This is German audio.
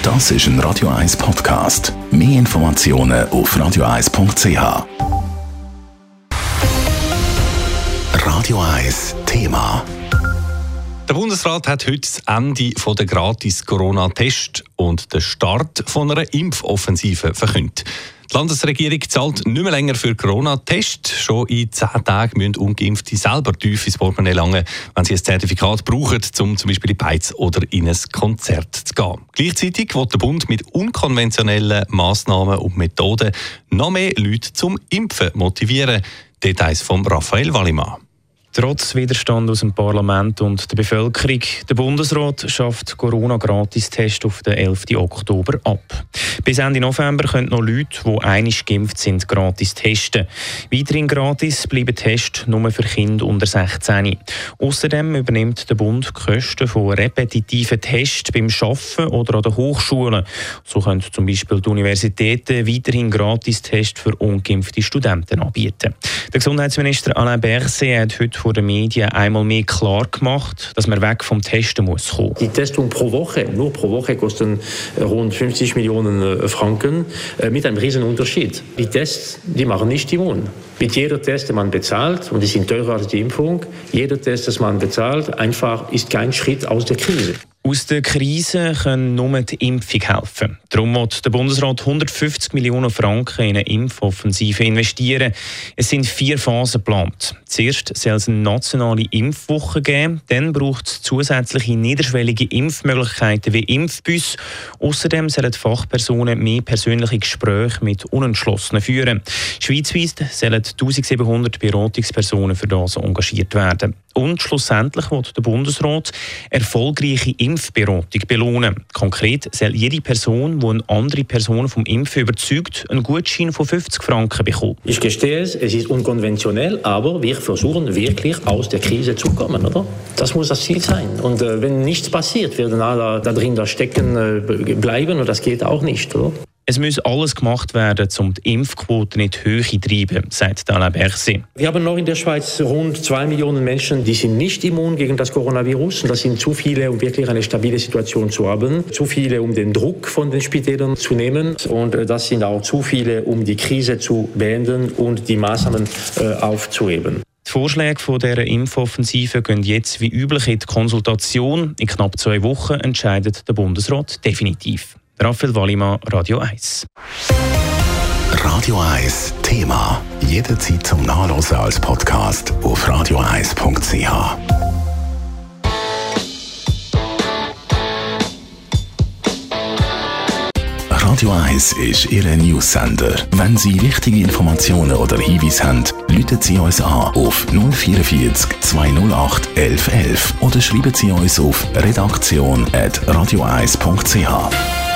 Das ist ein Radio 1 Podcast. Mehr Informationen auf radio1.ch. Radio 1 Thema. Der Bundesrat hat heute das Ende der Gratis-Corona-Tests und den Start von einer Impfoffensive verkündet. Die Landesregierung zahlt nicht mehr länger für Corona-Tests. Schon in 10 Tagen müssen Ungeimpfte selber tief ins Portemonnaie langen, wenn sie ein Zertifikat brauchen, um zum Beispiel in die Beiz oder in ein Konzert zu gehen. Gleichzeitig will der Bund mit unkonventionellen Massnahmen und Methoden noch mehr Leute zum Impfen motivieren. Details von Raphael Wallimann. Trotz Widerstand aus dem Parlament und der Bevölkerung, der Bundesrat schafft Corona-Gratis-Test auf den 11. Oktober ab. Bis Ende November können noch Leute, die einmal geimpft sind, gratis testen. Weiterhin gratis bleiben Tests nur für Kinder unter 16. Außerdem übernimmt der Bund die Kosten von repetitiven Tests beim Arbeiten oder an den Hochschulen. So können zum Beispiel die Universitäten weiterhin Gratis-Tests für ungeimpfte Studenten anbieten. Der Gesundheitsminister Alain Berset hat heute vor den Medien einmal mehr klar gemacht, dass man weg vom Testen muss kommen. Die Testung nur pro Woche kosten rund 50 Millionen Franken mit einem riesen Unterschied. Die Tests, die machen nicht immun. Mit jeder Test, den man bezahlt, und die sind teurer als die Impfung, jeder Test, den man bezahlt, einfach ist kein Schritt aus der Krise. Aus der Krise kann nur die Impfung helfen. Darum wird der Bundesrat 150 Millionen Franken in eine Impfoffensive investieren. Es sind 4 Phasen geplant. Zuerst soll es eine nationale Impfwoche geben. Dann braucht es zusätzliche niederschwellige Impfmöglichkeiten wie Impfbus. Außerdem sollen die Fachpersonen mehr persönliche Gespräche mit Unentschlossenen führen. Schweizweit sollen 1700 Beratungspersonen für das engagiert werden. Und schlussendlich will der Bundesrat erfolgreiche Impfberatung belohnen. Konkret soll jede Person, die eine andere Person vom Impfen überzeugt, einen Gutschein von 50 Franken bekommen. Ich gestehe es ist unkonventionell, aber wir versuchen wirklich aus der Krise zu kommen, oder? Das muss das Ziel sein. Und wenn nichts passiert, werden alle da drin stecken bleiben und das geht auch nicht, oder? Es muss alles gemacht werden, um die Impfquote nicht hoch zu treiben, sagt Alain Berset. Wir haben noch in der Schweiz rund 2 Millionen Menschen, die sind nicht immun gegen das Coronavirus. Und das sind zu viele, um wirklich eine stabile Situation zu haben. Zu viele, um den Druck von den Spitälern zu nehmen. Und das sind auch zu viele, um die Krise zu beenden und die Maßnahmen aufzuheben. Die Vorschläge von dieser Impfoffensive gehen jetzt wie üblich in die Konsultation. In knapp 2 Wochen entscheidet der Bundesrat definitiv. Raphael Wallimann, Radio 1. Radio 1 Thema. Jederzeit zum Nachlesen als Podcast auf radio1.ch. Radio 1 ist Ihr News-Sender. Wenn Sie wichtige Informationen oder Hinweise haben, rufen Sie uns an auf 044 208 1111 oder schreiben Sie uns auf redaktion@radio1.ch.